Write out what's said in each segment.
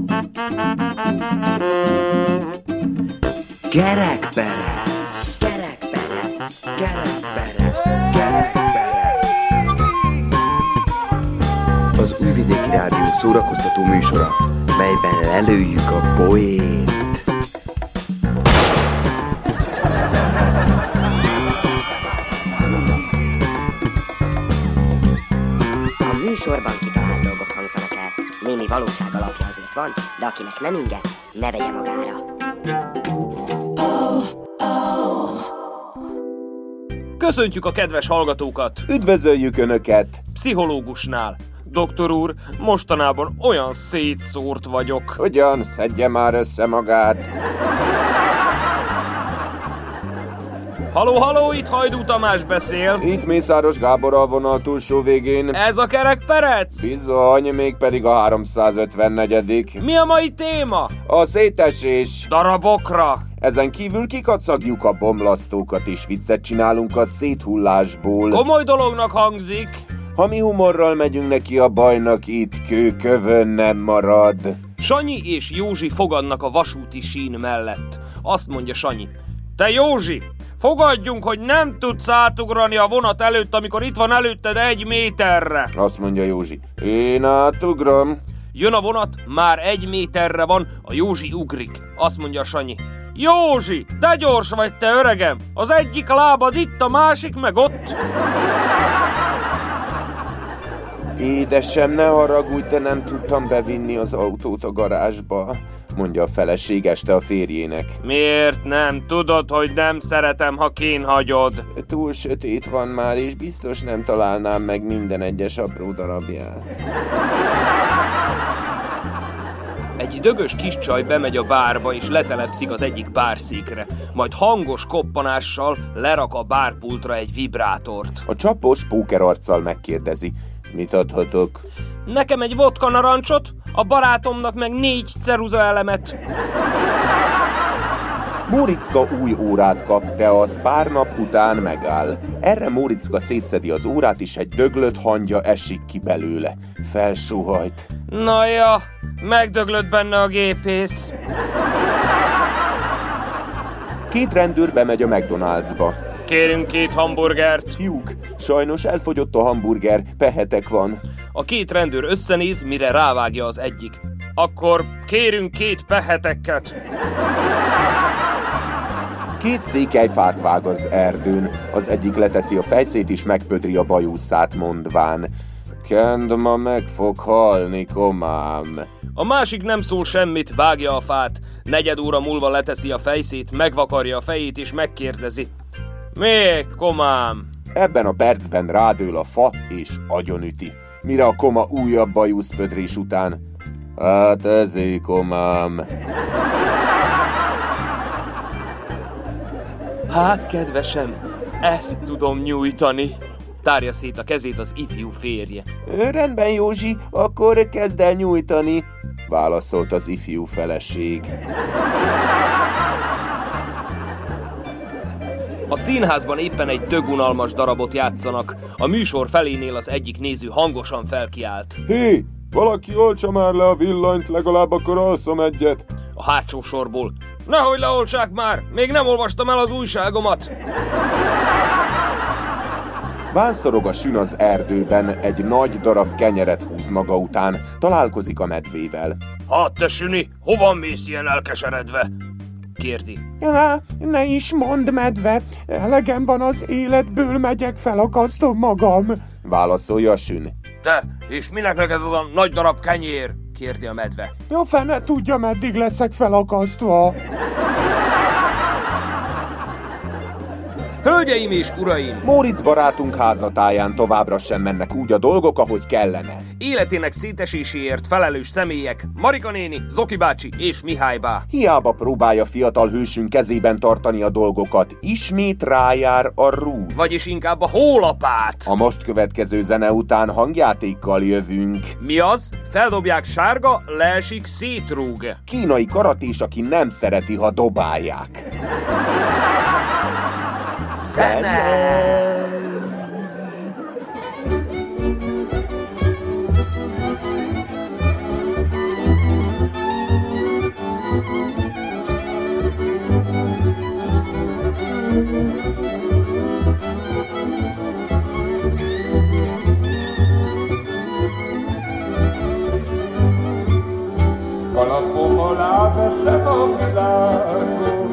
Kerekperec, kerekperec, kerekperec, kerekperec. Az Újvidéki Rádió szórakoztató műsora, melyben lelőjük a poént. A műsorban kitalált dolgok hangzanak el. Némi valóság alapja azért van, de akinek nem inge, ne vegye magára. Köszöntjük a kedves hallgatókat! Üdvözöljük Önöket! Pszichológusnál. Doktor úr, mostanában olyan szétszórt vagyok. Ugyan, szedje már össze magát! Halló, itt Hajdú Tamás beszél. Itt Mészáros Gábor a vonal túlsó végén. Ez a Kerekperec? Bizony, mégpedig a 354. Mi a mai téma? A szétesés. Darabokra. Ezen kívül kikacagjuk a bomlasztókat és viccet csinálunk a széthullásból. Komoly dolognak hangzik. Ha mi humorral megyünk neki a bajnak, itt kőkövön nem marad. Sanyi és Józsi fogadnak a vasúti sín mellett. Azt mondja Sanyi: te Józsi, fogadjunk, hogy nem tudsz átugrani a vonat előtt, amikor itt van előtted 1 méterre. Azt mondja Józsi: én átugrom. Jön a vonat, már 1 méterre van, a Józsi ugrik. Azt mondja Sanyi: Józsi, te gyors vagy, te öregem! Az egyik lábad itt, a másik meg ott. Édesem, ne haragudj, de nem tudtam bevinni az autót a garázsba, mondja a feleség este a férjének. Miért nem? Tudod, hogy nem szeretem, ha kínhagyod. Túl sötét van már, és biztos nem találnám meg minden egyes apró darabját. Egy dögös kis csaj bemegy a bárba, és letelepszik az egyik bárszékre. Majd hangos koppanással lerak a bárpultra egy vibrátort. A csapos pókerarccal megkérdezi: mit adhatok? Nekem egy vodka narancsot, a barátomnak meg 4 ceruzaelemet. Móriczka új órát kap, de az pár nap után megáll. Erre Móriczka szétszedi az órát, és egy döglött hangya esik ki belőle. Felsuhajt. Na ja, megdöglött benne a gépész. 2 rendőr bemegy a McDonald'sba. Kérünk 2 hamburgert. Fiúk, sajnos elfogyott a hamburger, pehetek van. A 2 rendőr összenéz, mire rávágja az egyik. Akkor kérünk 2 peheteket. 2 székelyfát vág az erdőn. Az egyik leteszi a fejszét és megpödri a bajuszát, mondván: Kend ma meg fog halni, komám. A másik nem szól semmit, vágja a fát. 4 óra múlva leteszi a fejszét, megvakarja a fejét és megkérdezi: még, komám? Ebben a percben rádől a fa és agyonüti. Mire a koma újabb bajuszpödrés után: hát ezé, komám. Hát, kedvesem, ezt tudom nyújtani. Tárja szét a kezét az ifjú férje. Rendben, Józsi, akkor kezd el nyújtani, válaszolt az ifjú feleség. A színházban éppen egy dögunalmas darabot játszanak. A műsor felénél az egyik néző hangosan felkiált: Hé, valaki oltsa már le a villanyt, legalább akkor alszom egyet. A hátsó sorból: nehogy leoltsák már, még nem olvastam el az újságomat. Vánszorog a sün az erdőben, egy nagy darab kenyeret húz maga után, találkozik a medvével. Hát te süni, hova mész ilyen elkeseredve? Kérdi. Ne is mondd, medve, elegem van az életből, megyek, felakasztom magam, válaszolja a sün. Te, és minek neked az a nagy darab kenyér? Kérdi a medve. A fene tudja, meddig leszek felakasztva. Hölgyeim és uraim! Móricz barátunk házatáján továbbra sem mennek úgy a dolgok, ahogy kellene. Életének széteséséért felelős személyek Marika néni, Zoki bácsi és Mihály bá. Hiába próbálja fiatal hősünk kezében tartani a dolgokat, ismét rájár a rúd. Vagyis inkább a hólapát. A most következő zene után hangjátékkal jövünk. Mi az? Feldobják sárga, leesik, szétrúg. Kínai karatés, aki nem szereti, ha dobálják. Zene! veszem a világot.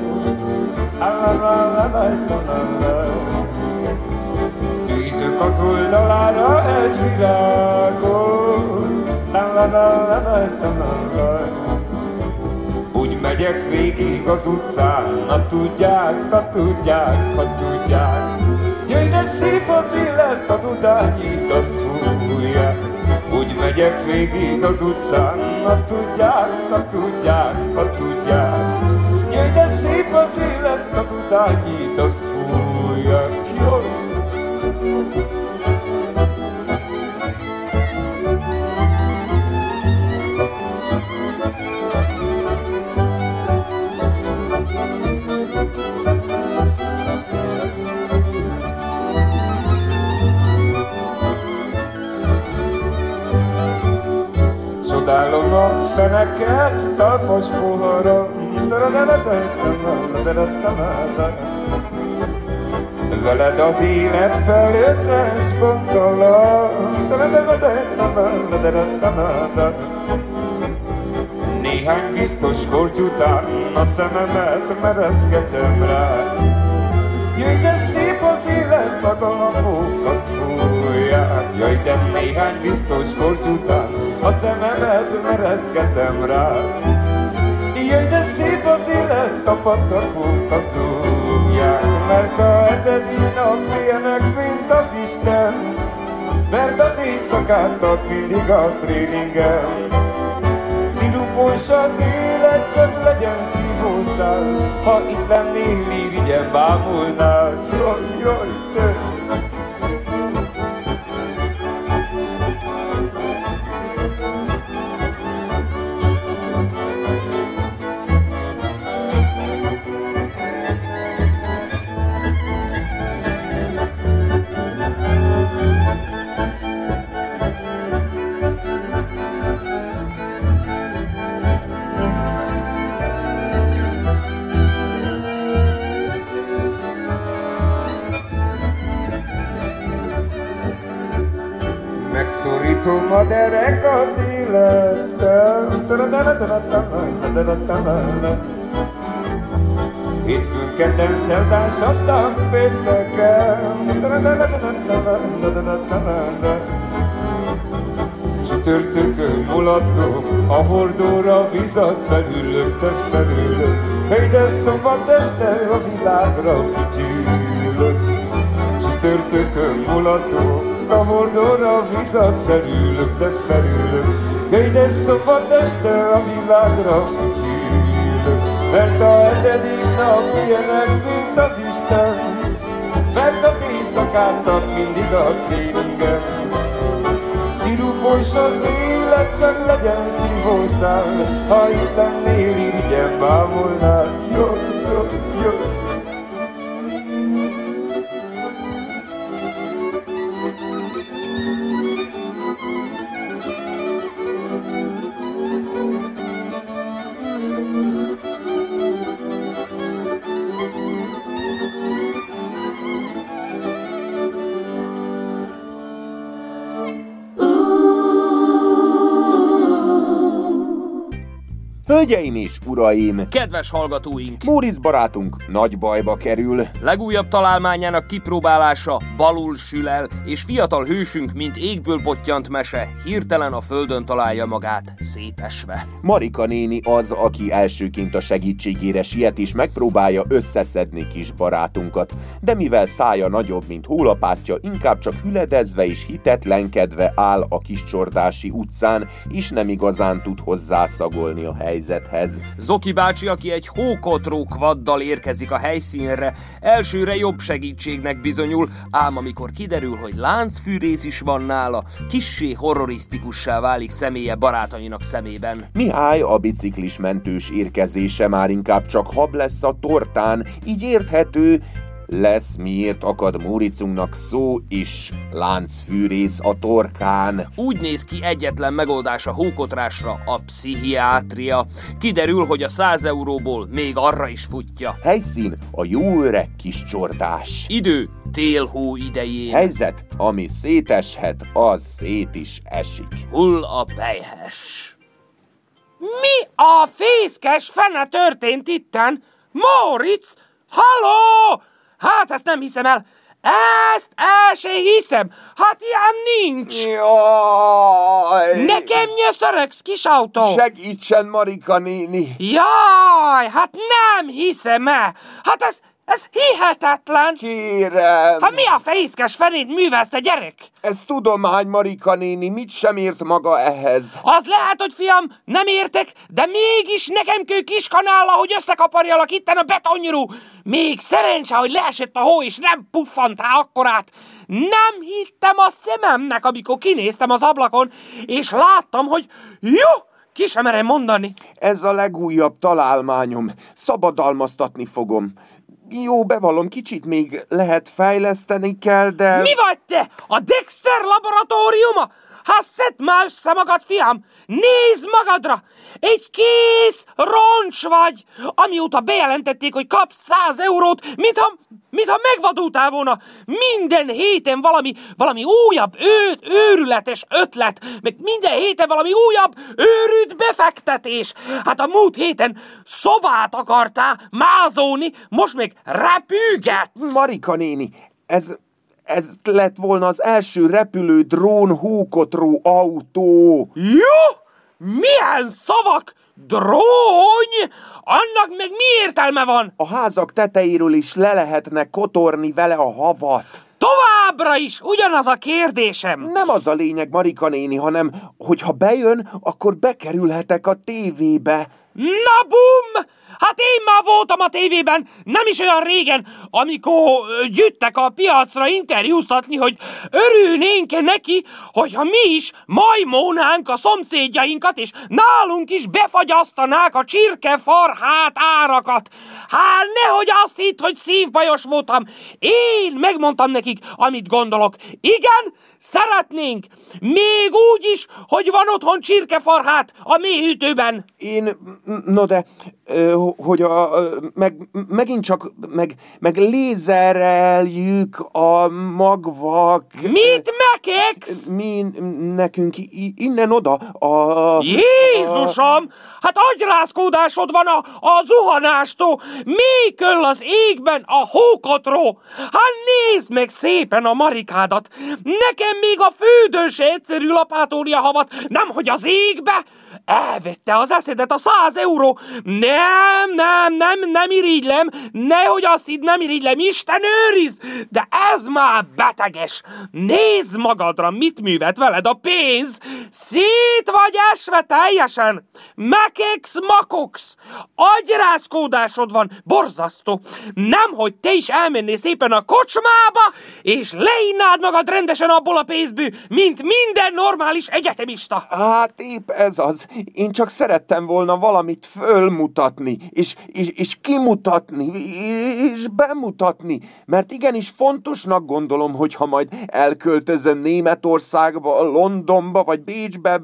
Tűzök az oldalára egy virágot. Úgy megyek végig az utcán, ha tudják, ha tudják, ha tudják. Jöjj, de szép az élet, a dudányit azt fújják. Úgy megyek végig az utcán, ha tudják, ha tudják, ha tudják. Jöjj, de szép az élet, a dudányit azt fújják. Csodálom a feneket, talpas poharam. Veled az élet felőttes gondolat. Néhány biztos korty után a szememet merezgetem rá. Jöjj, de szép az élet, a galambok azt fújják. Jöjj, de néhány biztos korty után a szememet merezgetem rá. Jöjj, de szép az élet, a patakok a zúgják. Mert a hetedik nap ilyenek, mint az Isten. Mert az éjszakát ad mindig a tréningen. Szirupos az élet, csak legyen szívószál. Ha itt lennél, irigyen bámulnál. Jaj, jaj, te! Megszorítom a derekat élettel. Hétfőn, kedden, szerdán, s aztán pénteken. Csütörtökön mulatok, a hordóra bizat felülök, te felülök. Hey, de szombat este a világra fütyülök. Csütörtökön mulatok, a hordóra bizat felülök, de felülök. Jöjj, de szombat este a világra fütyülök. Mert a hetedik nap ilyenek, mint az Isten. Mert a éjszakát ad mindig a tréningen. Szirupos az élet, csak legyen szívószál. Ha itt lennél, irigyen bámulnál. Jó, jó, jó. Hölgyeim és uraim! Kedves hallgatóink! Móricz barátunk nagy bajba kerül. Legújabb találmányának kipróbálása balul sül el, és fiatal hősünk, mint égből pottyant mese, hirtelen a földön találja magát, szétesve. Marika néni az, aki elsőként a segítségére siet és megpróbálja összeszedni kis barátunkat. De mivel szája nagyobb, mint hólapátja, inkább csak hüledezve és hitetlenkedve áll a Kiscsordási utcán, és nem igazán tud hozzászagolni a helyzethez. Zoki bácsi, aki egy hókotró kvaddal érkezik a helyszínre, elsőre jobb segítségnek bizonyul, ám amikor kiderül, hogy láncfűrész is van nála, kissé horrorisztikussá válik személye barátainak szemében. Mihály, a biciklis mentős érkezése már inkább csak hab lesz a tortán, így érthető lesz, miért akad Móricunknak szó is láncfűrész a torkán. Úgy néz ki, egyetlen megoldás a hókotrásra a pszichiátria. Kiderül, hogy a 100 euróból még arra is futja. Helyszín a jó öreg Kiscsordás. Idő télhó idején. Helyzet, ami széteshet, az szét is esik. Hull a pelyhes. Mi a fészkes fene történt itten? Móricz? Halló! Hát ezt nem hiszem el. Ezt el se hiszem. Hát ilyen nincs. Jaj! Nekem nyöszörögsz, kis autó. Segítsen, Marika néni! Jaj, hát nem hiszem el. Hát ez hihetetlen. Kérem! Hát mi a fészkes fenét művelsz, te gyerek? Ez tudomány, Marika néni, mit sem ért maga ehhez. Az lehet, hogy fiam, nem értek, de mégis nekem kő kis kanálla, hogy összekaparjalak itten a betonnyurú. Még szerencse, hogy leesett a hó, és nem puffantál akkorát. Nem hittem a szememnek, amikor kinéztem az ablakon, és láttam, hogy jó, ki sem merem mondani. Ez a legújabb találmányom. Szabadalmaztatni fogom. Jó, bevallom, kicsit még lehet fejleszteni kell, de... Mi vagy te? A Dexter laboratóriuma? Hát szedd már össze magad, fiam! Nézd magadra! Egy kész roncs vagy! Amióta bejelentették, hogy kapsz 100 eurót, mintha megvadultál volna. Minden héten valami újabb, őrületes ötlet, meg minden héten valami újabb, őrült befektetés. Hát a múlt héten szobát akartál mázolni, most meg repülgetsz. Marika néni, ez lett volna az első repülő drón hókotró autó. Jó? Milyen szavak? Dróny? Annak meg mi értelme van? A házak tetejéről is le lehetne kotorni vele a havat. Továbbra is ugyanaz a kérdésem. Nem az a lényeg, Marika néni, hanem, hogyha bejön, akkor bekerülhetek a tévébe. Na bum! Hát én már voltam a tévében, nem is olyan régen, amikor jöttek a piacra interjúztatni, hogy örülnénk neki, hogyha mi is majmónánk a szomszédjainkat, és nálunk is befagyasztanák a csirkefarhát árakat. Hát nehogy azt hitt, hogy szívbajos voltam. Én megmondtam nekik, amit gondolok. Igen, szeretnénk, még úgy is, hogy van otthon csirkefarhát a mélyhűtőben. No de, hogy megint csak, meg lézereljük a magvak... Mit mekegsz? Nekünk innen oda a... Jézusom! Hát agyrázkódásod van a zuhanástól! Még köll az égben a hókotró! Hát nézd meg szépen a Marikádat! Nekem még a földön se egyszerű lapátolni a havat, nemhogy az égbe! Elvette az eszedet a 100 euró! Nem irigylem! Nehogy azt hidd, nem irigylem, Isten őriz! De ez már beteges! Nézd magadra, mit művelt veled a pénz! Szét vagy esve teljesen! Mekegsz, makogsz! Agyrázkódásod van, borzasztó! Nemhogy te is elmennél szépen a kocsmába, és leinnád magad rendesen abból a pénzből, mint minden normális egyetemista! Hát épp ez az. Én csak szerettem volna valamit fölmutatni, és kimutatni, és bemutatni, mert igenis fontosnak gondolom, hogyha majd elköltözöm Németországba, Londonba, vagy Bécsbe,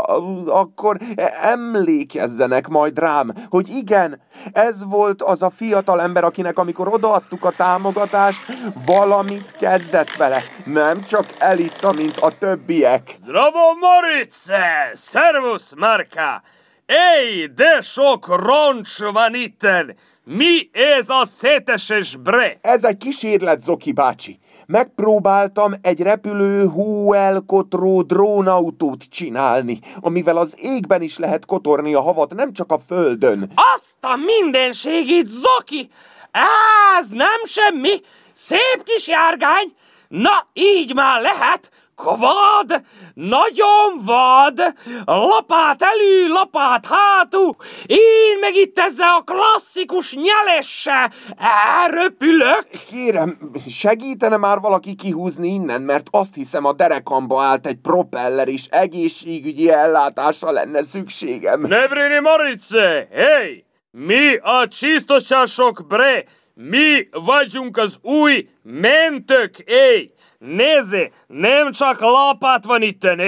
akkor emlékezzenek majd rám, hogy igen, ez volt az a fiatal ember, akinek amikor odaadtuk a támogatást, valamit kezdett vele, nem csak elitta, mint a többiek. Bravo, Moritz! Szervusz, Marka! Ej, de sok roncs van itten! Mi ez a széteses bre? Ez egy kísérlet, Zoki bácsi. Megpróbáltam egy repülő hóelkotró drónautót csinálni, amivel az égben is lehet kotorni a havat, nem csak a földön. Azt a mindenségét, Zoki! Ez nem semmi! Szép kis járgány! Na, így már lehet! Vad! Nagyon vad! Lapát elő, lapát hátul! Én meg itt ezzel a klasszikus nyelessel elröpülök! Kérem, segítene már valaki kihúzni innen, mert azt hiszem a derekamba állt egy propeller, és egészségügyi ellátásra lenne szükségem. Nebrini Morice! Hey! Mi a csisztosások, bre! Mi vagyunk az új mentők, éj! Nézze, nem csak lapát van itten,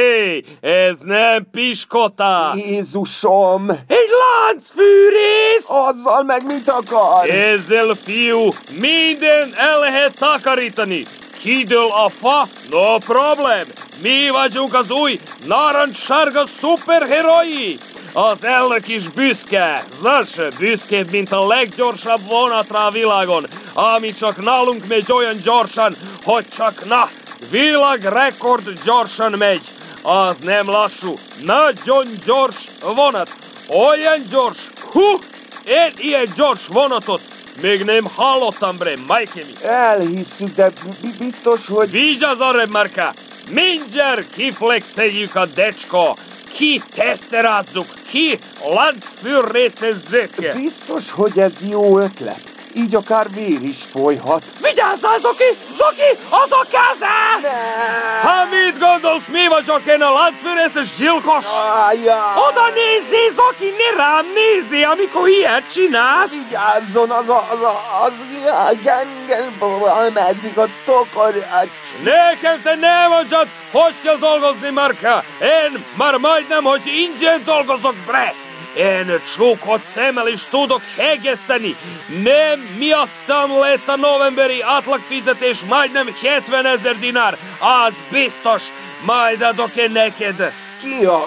ez nem piskota. Jézusom! Egy láncfűrész! Azzal meg mit akar? Ezzel, fiú, minden el lehet takarítani. Kidől a fa, no problem. Mi vagyunk az új narancssárga szuperheroi. Az elnök is büszke, büszkébb, mint a leggyorsabb vonatra a világon, ami csak nálunk megy olyan gyorsan, hogy csak világrekord gyorsan megy. Az nem lassú, nagyon gyors vonat, olyan gyors, én ilyen gyors vonatot még nem hallottam, bre, Majkemi. Elhisszük, de biztos, hogy... Vigyázz arra, Marka! Mindjárt kiflexeljük a decska, kiteszterázzuk, ki láncfűrészezzük. Biztos, hogy ez jó ötlet. Így akár vér is folyhat. Vigyázzál, Zoki! Zoki! Az a keze! Ha mit gondolsz, mi vagyok én a láncfűrészes gyilkos? Oda nézzé, Zoki, ne rám nézzé, amikor ilyet csinálsz! Vigyázzon, az elmedzik a tokarjács. Nekem te ne mondjad, hogy kell dolgozni, Marka! Én már majdnem, hogy ingyen dolgozok, bre! Én csókot szemmel is tudok hegeszteni. Nem miattam lett a novemberi átlagfizetés majdnem 70 000 dinár. Az biztos. Majd adok én neked. Ki a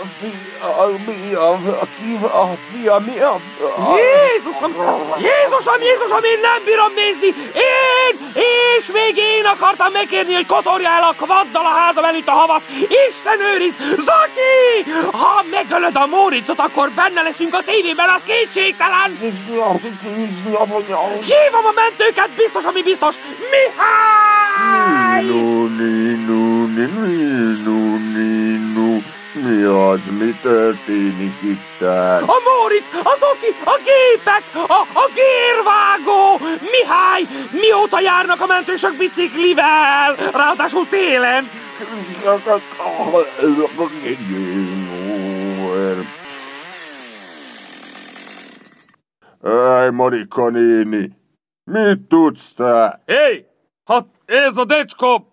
fia? Jézusom, én nem bírom nézni. És még én akartam megkérni, hogy kotorja el a kvaddal a házam előtt a havat. Isten őriz! Zaki! Ha megölöd a Móricot, akkor benne leszünk a tévében, az kétségtelen! Hívom a mentőket, biztos, ami biztos! Mihály! Mi az? Mi történik itt? A Móric, az Oki, a gépek, a gérvágó! Mihály, mióta járnak a mentősök biciklivel? Ráadásul télen. Ej, Marika néni, mit tudsz te? Hé, hát ez a decska,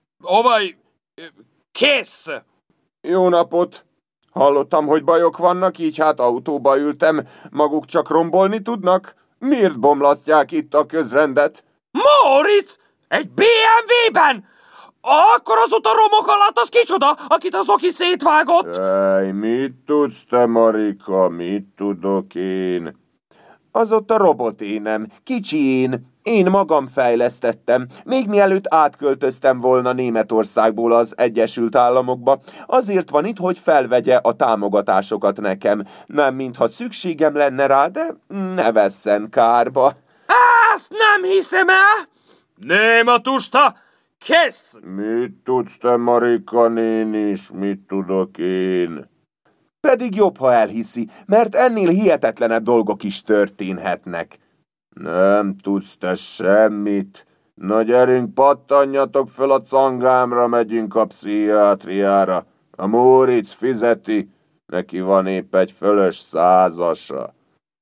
kész! Jó napot! Hallottam, hogy bajok vannak, így hát autóba ültem. Maguk csak rombolni tudnak? Miért bomlasztják itt a közrendet? Móricz! Egy BMW-ben! Akkor azóta romok alatt az kicsoda, akit az Oki szétvágott? Ej, mit tudsz te, Marika? Mit tudok én? Az ott a roboténem, kicsi én magam fejlesztettem, még mielőtt átköltöztem volna Németországból az Egyesült Államokba. Azért van itt, hogy felvegye a támogatásokat nekem. Nem mintha szükségem lenne rá, de ne vesszen kárba. Ezt nem hiszem el! Nématusta, kész! Mit tudsz te, Marika néni, és mit tudok én? Pedig jobb, ha elhiszi, mert ennél hihetetlenebb dolgok is történhetnek. Nem tudsz te semmit. Na gyerünk, pattanjatok föl a cangámra, megyünk a pszichiátriára. A Móricz fizeti, neki van épp egy fölös 100-asa.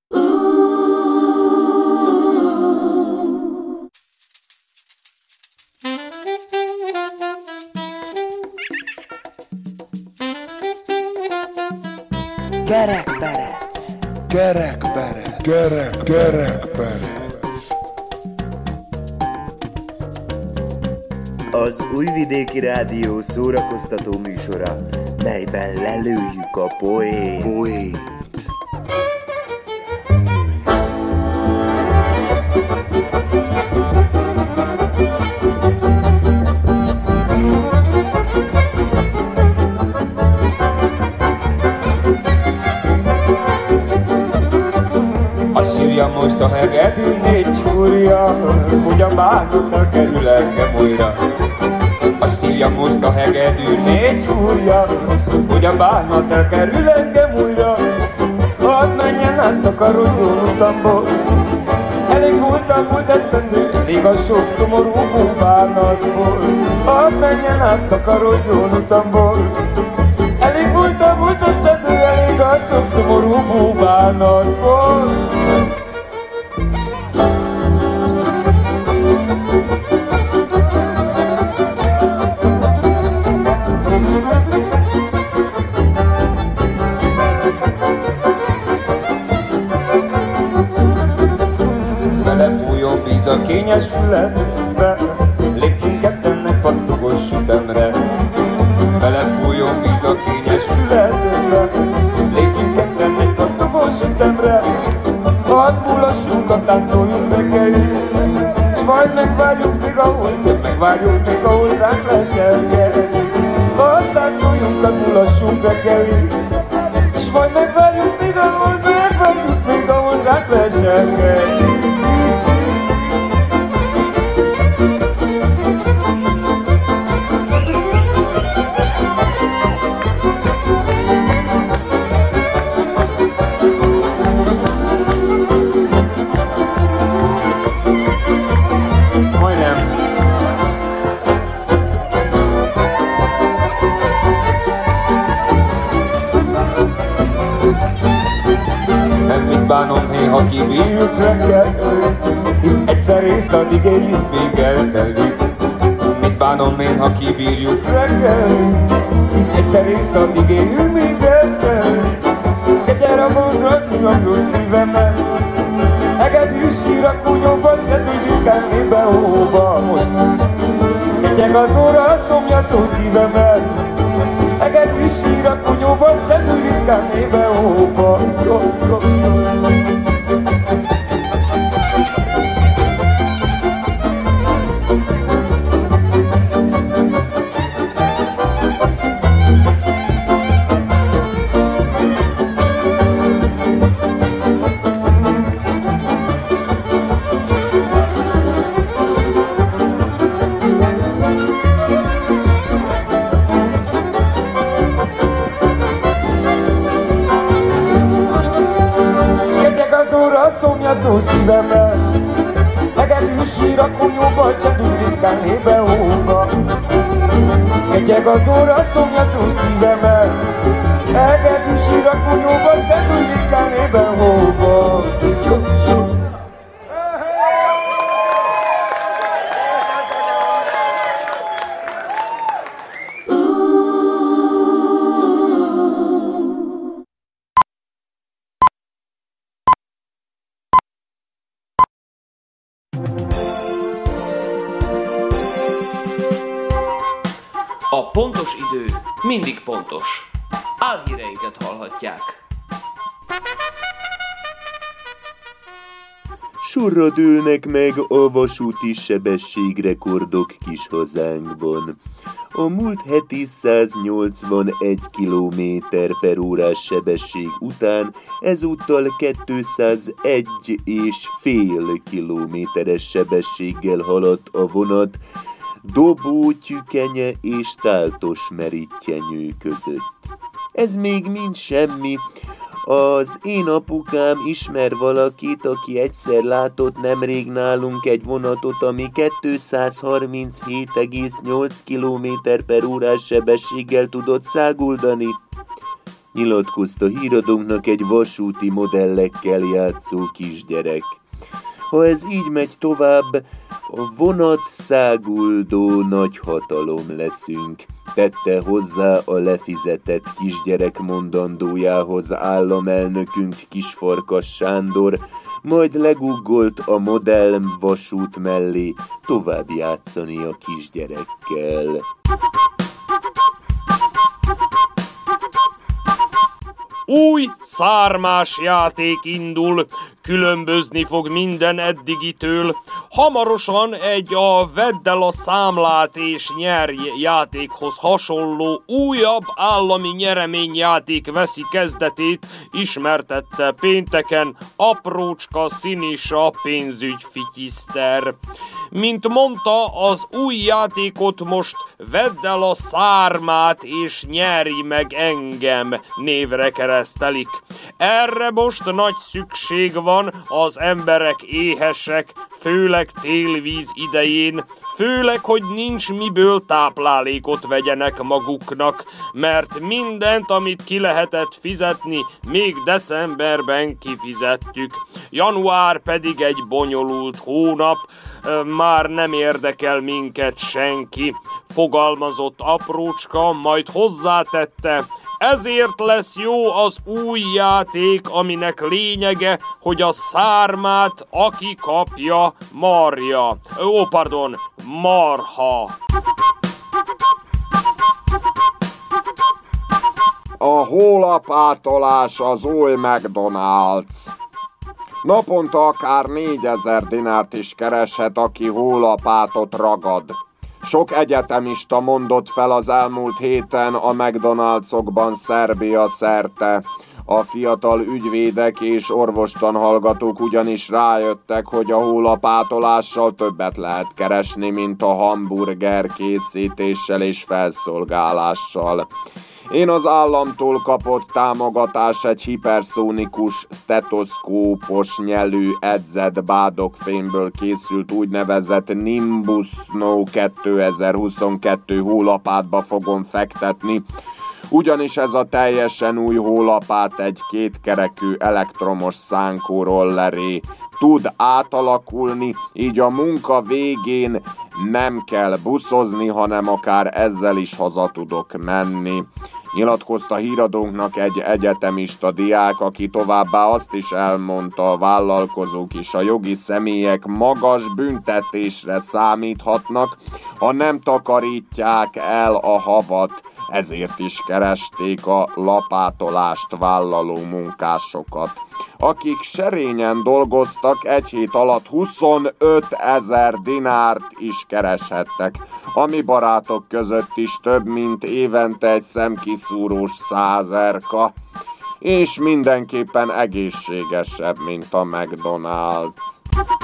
Kerekperec. Kerekperec. Az Újvidéki Rádió szórakoztató műsora, melyben lelőjük a poént. Most a hegedű négy csúrja, hogy a bánattal kerül engem újra. Azt írja most a hegedű négy csúrja, hogy a bánattal kerül engem újra. Hadd menjen át a karodjon utamból, elég voltam múlt esztendő, elég a sok szomorú bánatból. Hadd menjen át a karodjon utamból, elég voltam múlt esztendő, elég a sok szomorú bánatból. Belefújjon víz a kényes füledbe, lépjünk ketten egy pattogós sütemre. Belefújjon víz a kényes füledbe, lépjünk ketten egy Hadd mulassunk, a táncoljunk reggelig, s majd megvárjuk még ahol ránk leselkedik. Hadd táncoljunk, hadd mulassunk reggelig, s majd megvárjuk még ahol ránk leselkedik. Bánom néha kibírjuk reggel, hisz egyszer ész addig éljük, még eltelik. Mit bánom én, ha kibírjuk reggel, hisz egyszer ész addig éljük, még eltelik. Kegyer a bózra, nyomló szívemet, hegedű sír a kunyóban, se tudjuk kelni be hóba most. Kegyeg az óra, a szomjazó szívemet, hegedű sír a kunyóban, se tudjuk kelni be hóba. Szomjazó szívemmel, hegedű sír a kunyóba, csedül ritkán ébe hóba. Kegyeg az óra, szomjazó szívemmel, hegedű sír a kunyóba, csedül ritkán ébe hóba. A pontos idő mindig pontos. Álhíreinket hallhatják. Sorra dőlnek meg a vasúti sebességrekordok kis hazánkban. A múlt heti 181 km/h sebesség után ezúttal 201,5 km/h sebességgel haladt a vonat Dobó, Tyükenye és Táltos Merítjenyő között. Ez még mind semmi. Az én apukám ismer valakit, aki egyszer látott nemrég nálunk egy vonatot, ami 237,8 km/h sebességgel tudott száguldani. Nyilatkozta híradónknak egy vasúti modellekkel játszó kisgyerek. Ha ez így megy tovább, a vonatszáguldó nagyhatalom leszünk, tette hozzá a lefizetett kisgyerek mondandójához államelnökünk Kisfarkas Sándor, majd leguggolt a modell vasút mellé tovább játszani a kisgyerekkel. Új szármás játék indul, különbözni fog minden eddigitől. Hamarosan egy a vedd el a számlát és nyerj játékhoz hasonló újabb állami nyereményjáték veszi kezdetét, ismertette pénteken Aprócska Sinisa pénzügyfityiszter. Mint mondta, az új játékot most vedd el a szármát és nyerj meg engem névre keresztelik. Erre most nagy szükség van, az emberek éhesek, főleg télvíz idején, főleg, hogy nincs miből táplálékot vegyenek maguknak, mert mindent, amit ki lehetett fizetni, még decemberben kifizettük. Január pedig egy bonyolult hónap, már nem érdekel minket senki, fogalmazott Aprócska, majd hozzátette, ezért lesz jó az új játék, aminek lényege, hogy a szármát aki kapja, marha. A hólapátolás az új McDonald's. Naponta akár 4000 dinárt is kereshet, aki hólapátot ragad. Sok egyetemista mondott fel az elmúlt héten a McDonald'sokban Szerbia szerte. A fiatal ügyvédek és orvostanhallgatók ugyanis rájöttek, hogy a hólapátolással többet lehet keresni, mint a hamburger készítéssel és felszolgálással. Én az államtól kapott támogatás egy hiperszónikus, stetoszkópos nyelű edzett bádogfémből készült úgynevezett Nimbus Snow 2022 hólapátba fogom fektetni, ugyanis ez a teljesen új hólapát egy kétkerekű elektromos szánkórolleré tud átalakulni, így a munka végén nem kell buszozni, hanem akár ezzel is haza tudok menni. Nyilatkozta híradónknak egy egyetemista diák, aki továbbá azt is elmondta, a vállalkozók és a jogi személyek magas büntetésre számíthatnak, ha nem takarítják el a havat, ezért is keresték a lapátolást vállaló munkásokat. Akik serényen dolgoztak, egy hét alatt 25 000 dinárt is kereshettek, ami barátok között is több, mint évente egy szemkiszúrós 100 erka, és mindenképpen egészségesebb, mint a McDonald's.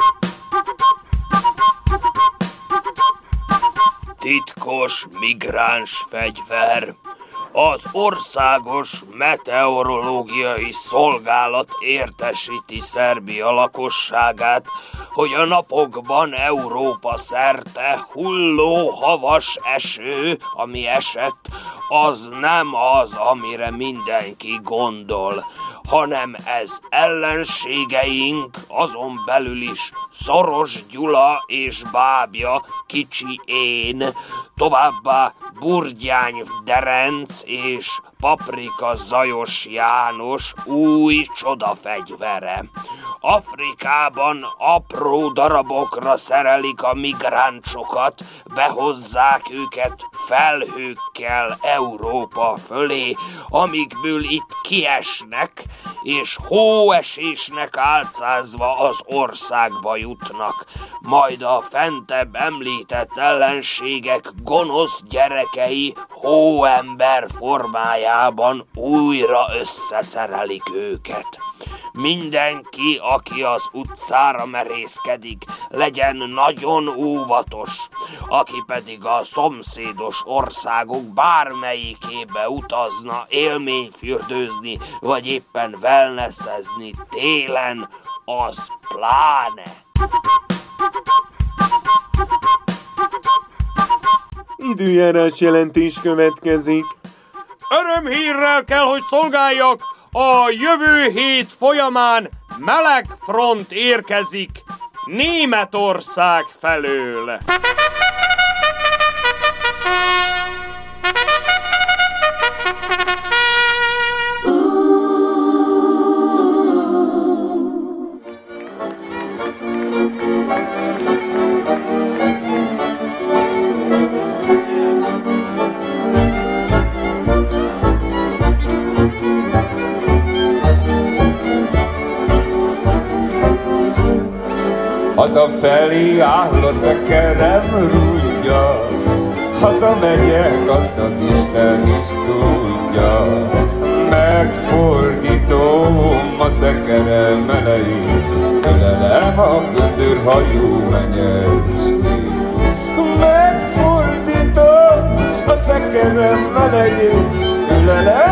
Titkos migráns fegyver. Az Országos Meteorológiai Szolgálat értesíti Szerbia lakosságát, hogy a napokban Európa szerte hulló havas eső, ami esett, az nem az, amire mindenki gondol, hanem ez ellenségeink, azon belül is Szoros Gyula és bábja, kicsi én, továbbá Burgyány Derenc és Paprika Zajos János új csodafegyvere. Afrikában apró darabokra szerelik a migráncsokat, behozzák őket felhőkkel Európa fölé, amikből itt kiesnek, és hóesésnek álcázva az országba jutnak. Majd a fentebb említett ellenségek gonosz gyerekei hóember formájában újra összeszerelik őket. Mindenki, aki az utcára merészkedik, legyen nagyon óvatos, aki pedig a szomszédos országok bármelyikébe utazna élményfürdőzni, vagy éppen wellnessezni télen, az pláne. Időjárás jelentés következik. Örömhírrel kell, hogy szolgáljak! A jövő hét folyamán meleg front érkezik Németország felől. Hazafelé áll a szekerem rúdja, hazamegyek, azt az Isten is tudja. Megfordítom a szekerem elejét, ölelem a göndörhajú menyerstét. Megfordítom a szekerem elejét, ölelem